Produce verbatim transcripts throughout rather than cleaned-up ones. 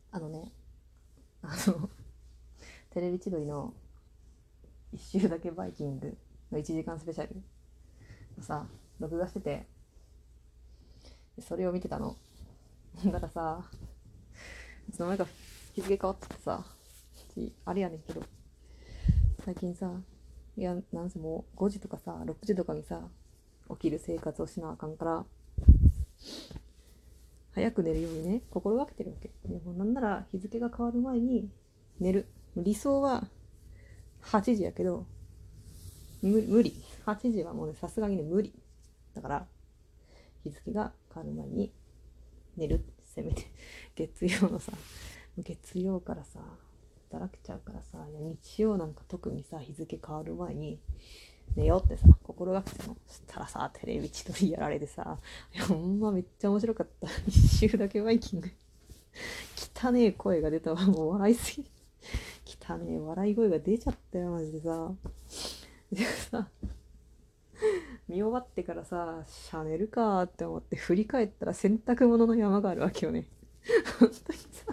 あのね、あのテレビ千鳥の一周だけバイキングのいちじかんスペシャルをさ録画してて、それを見てたの。だからさ、いつの間にか日付変わっててさ、あれやねんけど、最近さ、いやなんせもうごじとかさろくじとかにさ起きる生活をしなあかんから、早く寝るようにね心がけてるわけで。もなんなら日付が変わる前に寝る。理想ははちじやけど、無無理。はちじはもうね、さすがにね無理だから、日付が変わる前に寝る。せめて月曜のさ、月曜からさ働けちゃうからさ、いや日曜なんか特にさ日付変わる前に寝ようってさ心がけてたの。そしたらさ、テレビ千鳥やられてさ、いやほんまめっちゃ面白かった。一周だけバイキング汚ねえ声が出たわ。もう笑いすぎ、汚ねえ笑い声が出ちゃったよマジでさ。でさ、見終わってからさ、シャネルかーって思って振り返ったら洗濯物の山があるわけよね。本当にさ、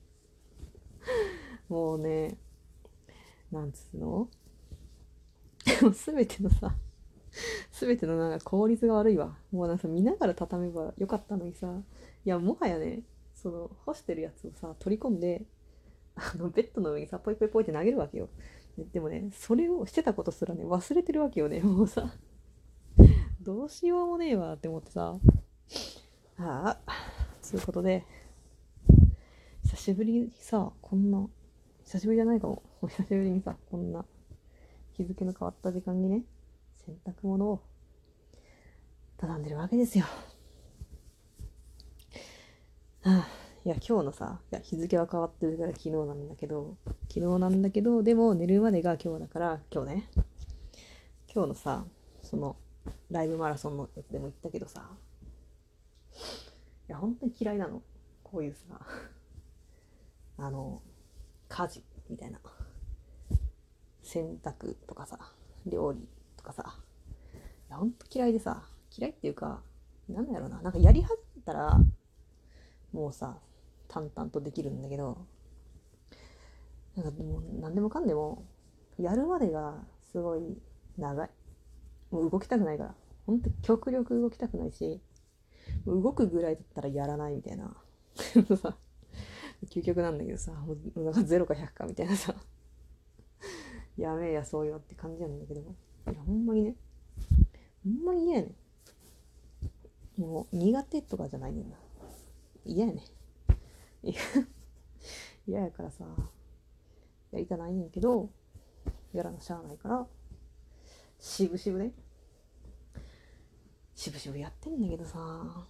もうね、なんつうの、もう全てのさ、全てのなんか効率が悪いわ。もうなんか見ながら畳めばよかったのにさ、いやもはやね、その干してるやつをさ取り込んで、あのベッドの上にさポイポイポイって投げるわけよ。でもね、それをしてたことすらね忘れてるわけよね。もうさ、どうしようもねえわって思ってさ、ああ、そういうことで、久しぶりにさ、こんな、久しぶりじゃないかも。もう久しぶりにさ、こんな日付の変わった時間にね、洗濯物を畳んでるわけですよ。はあ、いや、今日のさ、いや、日付は変わってるから昨日なんだけど、昨日なんだけど、でも寝るまでが今日だから、今日ね、今日のさ、その、ライブマラソンのやつでも言ったけどさ、いや、本当に嫌いなの。こういうさ、あの、家事みたいな。洗濯とかさ、料理とかさ、いやほんと嫌いでさ、嫌いっていうか、なんだろうな、なんかやり始めたらもうさ淡々とできるんだけど、なんかもう何でもかんでもやるまでがすごい長い。もう動きたくないから、ほんと極力動きたくないし、動くぐらいだったらやらないみたいなさ、究極なんだけどさ、もうなんかゼロかひゃくかみたいなさ、やめえやそうよって感じなんだけど、いやほんまにね、ほんまに嫌やねん。もう苦手とかじゃないねんな、嫌やねん。嫌やからさ、やりたないねんけど、やらなしゃあないからしぶしぶね、しぶしぶやってんだけどさ、は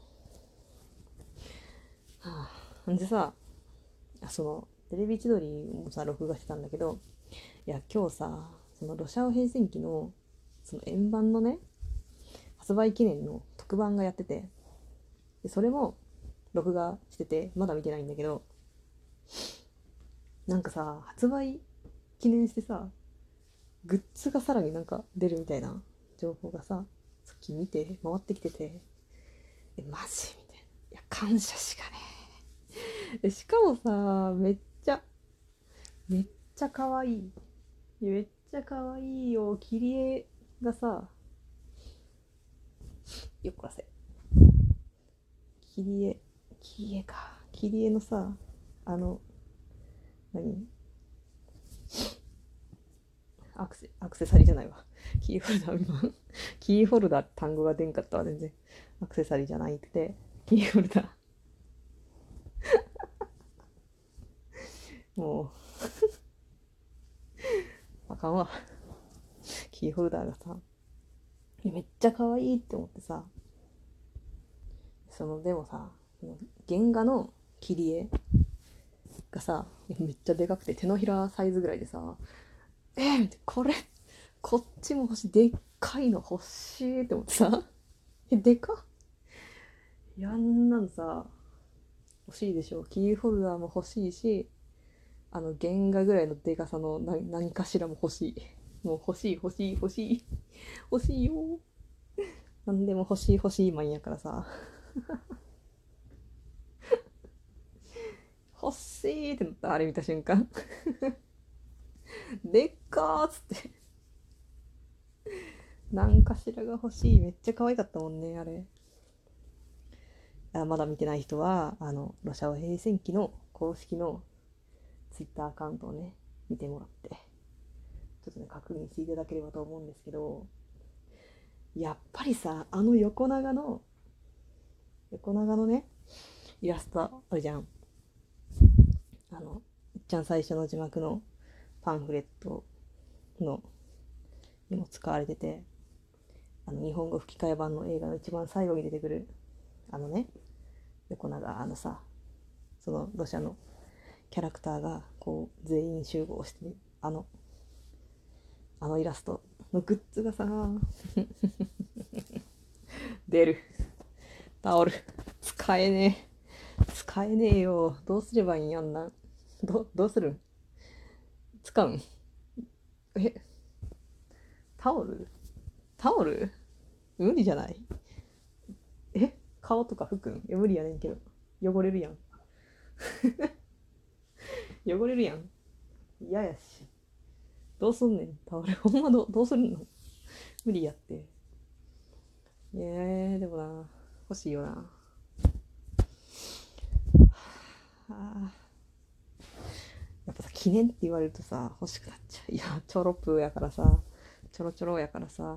あ、んでさ、そのテレビ千鳥もさ録画してたんだけど、いや今日さ、そのロシアオ平戦記のその円盤のね発売記念の特番がやってて、でそれも録画しててまだ見てないんだけど、なんかさ発売記念してさグッズがさらになんか出るみたいな情報がささっき見て回ってきてて、えマジみたいな、いや感謝しかねえ。しかもさ、めっちゃめっちゃ可愛い、めっちゃ可愛いよ。切り絵がさ、よっこらせ、切り絵、切り絵か、切り絵のさ、あの何、アクセアクセサリーじゃないわ、キーホルダー、今キーホルダーって単語が出んかったわ。全然アクセサリーじゃなくてキーホルダー。もうあかんわ。キーホルダーがさめっちゃ可愛いって思ってさ、そのでもさ、原画の切り絵がさめっちゃでかくて手のひらサイズぐらいでさ、えー、これこっちも欲しい、でっかいの欲しいって思ってさ、えでかっ、やんなんさ欲しいでしょ。キーホルダーも欲しいし、あの原画ぐらいのでかさの何何かしらも欲しい。もう欲しい欲しい欲しい欲しいよ。なんでも欲しい欲しいマンやからさ、 欲しいってなった、あれ見た瞬間。でっかーっつって。なんかしらが欲しい。めっちゃ可愛かったもんね、あれ。あ、まだ見てない人は、あの、ロシア語平戦記の公式のツイッターアカウントをね、見てもらって、ちょっとね、確認していただければと思うんですけど、やっぱりさ、あの横長の、横長のね、イラストあるじゃん。あの、いっちゃん最初の字幕のパンフレットのにも使われてて、あの日本語吹き替え版の映画の一番最後に出てくるあのね、横長あのさ、そのロシアのキャラクターがこう全員集合して、ね、あのあのイラストのグッズがさ出る。タオル使えねえ使えねえよ。どうすればいいんやんな。どどうするん。使うん。え、タオルタオル無理じゃない。え、顔とか拭くん。いや無理やねんけど、汚れるやん。汚れるやん。嫌やし。どうすんねん、タオル。ほんまどどうするの。無理やって。えー、でもな、欲しいよな。あ、やっぱさ、記念って言われるとさ、欲しくなっちゃう。いや、ちょろっぷやからさ、ちょろちょろやからさ、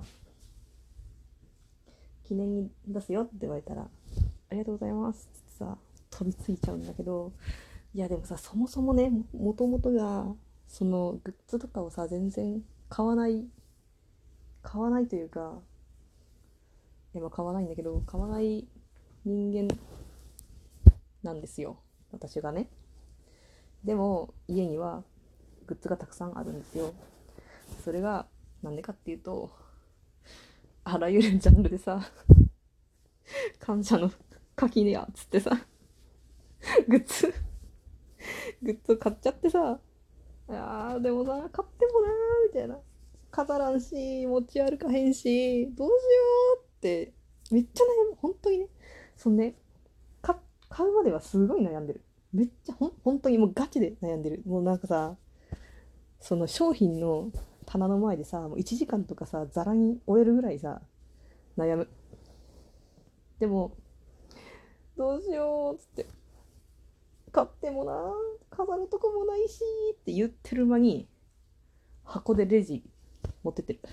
記念に出すよって言われたら、ありがとうございますってさ、飛びついちゃうんだけど、いやでもさ、そもそもね、もともとが、そのグッズとかをさ、全然買わない、買わないというか、いやまあ買わないんだけど、買わない人間なんですよ、私がね。でも、家にはグッズがたくさんあるんですよ。それが、なんでかっていうと、あらゆるジャンルでさ、感謝の垣根やっつってさ、グッズ、グッズを買っちゃってさ、あーでもさ、買ってもなーみたいな。飾らんし、持ち歩かへんし、どうしようって、めっちゃ悩む。本当にね。そんね、か買うまではすごい悩んでる。めっちゃほん、本当にもうガチで悩んでる。もうなんかさ、その商品の棚の前でさ、もういちじかんとかさ、ざらに終えるぐらいさ、悩む。でも、どうしようっつって、買ってもな、飾るとこもないしって言ってる間に、箱でレジ持ってってる。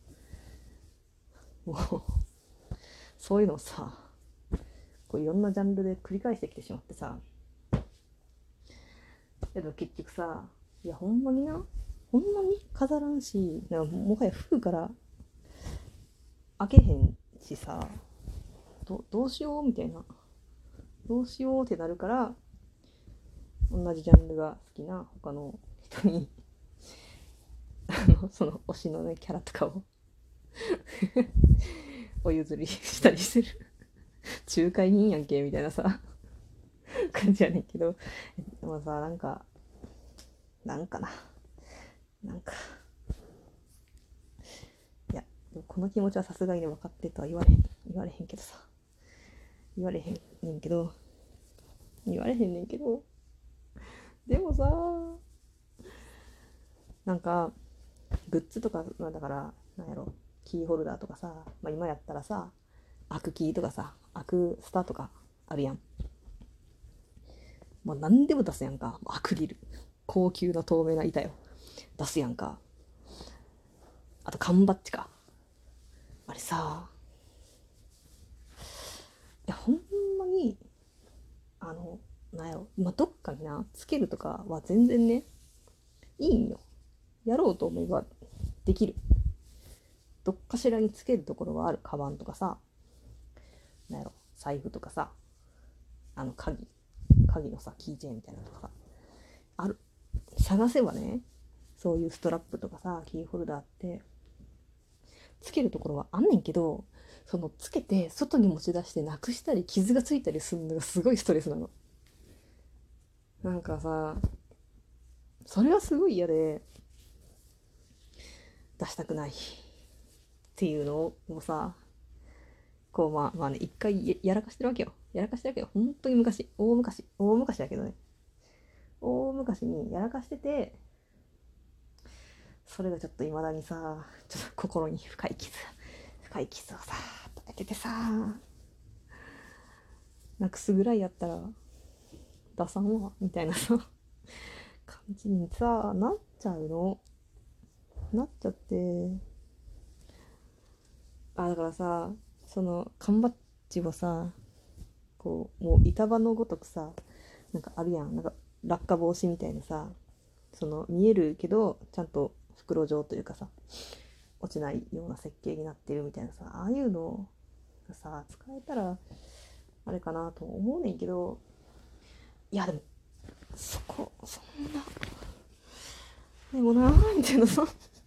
もう、そういうのをさ、こういろんなジャンルで繰り返してきてしまってさ、けど結局さ、いやほんまにな、ほんまに飾らんし、もはや服から開けへんしさ、どどうしようみたいな、どうしようってなるから、同じジャンルが好きな他の人にあのその推しのねキャラとかをお譲りしたりする。仲介人やんけみたいなさ感じやねんけど、でもさ、なんかなんかななんかいや、この気持ちはさすがにね分かってとは言われへん言われへんけどさ、言われへんねんけど言われへんねんけどでもさ、なんかグッズとか、まあ、だからなんやろ、キーホルダーとかさ、まあ、今やったらさ、アクキーとかさ、アクスタとかあるやん。もう何でも出すやんか。アクリル、高級な透明な板よ、出すやんか。あと缶バッジか。あれさ、いやほんまに、あのなんやろ、まあ、どっかになつけるとかは全然ね、いいんよ。やろうと思えばできる。どっかしらにつけるところはある。カバンとかさ、なんやろ、財布とかさ、あの鍵鍵のさキーチェーンみたいなのとかさある。探せばね、そういうストラップとかさキーホルダーってつけるところはあんねんけど、そのつけて外に持ち出してなくしたり傷がついたりするのがすごいストレスなの。なんかさ、それはすごい嫌で、出したくないっていうのをさ、こうまあまあね、一回やらかしてるわけよ。やらかしてるわけよ。本当に昔、大昔、大昔だけどね。 大昔にやらかしてて、それがちょっといまだにさ、ちょっと心に深い傷深い傷をさ与えててさ、なくすぐらいやったら出さんわみたいなさ感じにさなっちゃうの。なっちゃって、あだからさ、その缶バッジをさ、こうもう板場のごとくさ、なんかあるやん、なんか落下防止みたいなさ、その見えるけどちゃんと袋状というかさ、落ちないような設計になってるみたいなさ、ああいうのがさ使えたらあれかなと思うねんけど、いやでもそこそんなでもなーみたいなさ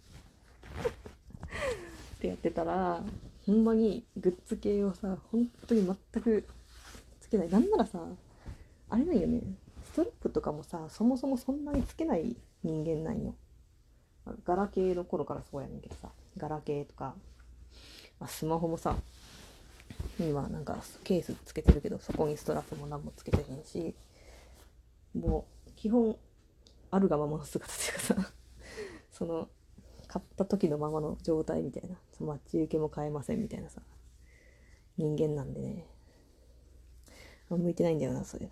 ってやってたら、ほんまにグッズ系をさ本当に全くつけない。なんならさ、あれなんよね、ストラップとかもさそもそもそんなにつけない人間なんよ。ガラケーの頃からそうやねんけどさ、ガラケーとか、まあ、スマホもさ今なんかケースつけてるけど、そこにストラップも何もつけてへんし、もう基本あるがままの姿っていうかさその買った時のままの状態みたいな、その待ち受けも変えませんみたいなさ人間なんでね、向いてないんだよなそういうの。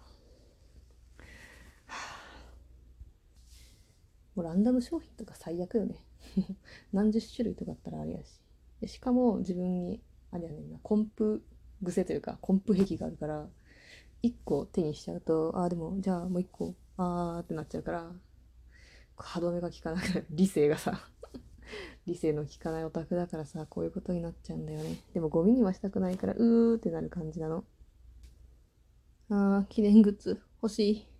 もうランダム商品とか最悪よね何十種類とかあったらあれやし、でしかも自分にあれやねんな、コンプ癖というかコンプ癖があるから、いっこ手にしちゃうと、ああでもじゃあもういっこあーってなっちゃうから、歯止めが効かなくなる、理性がさ理性の効かないオタクだからさ、こういうことになっちゃうんだよね。でもゴミにはしたくないからうーってなる感じなの。あー記念グッズ欲しい。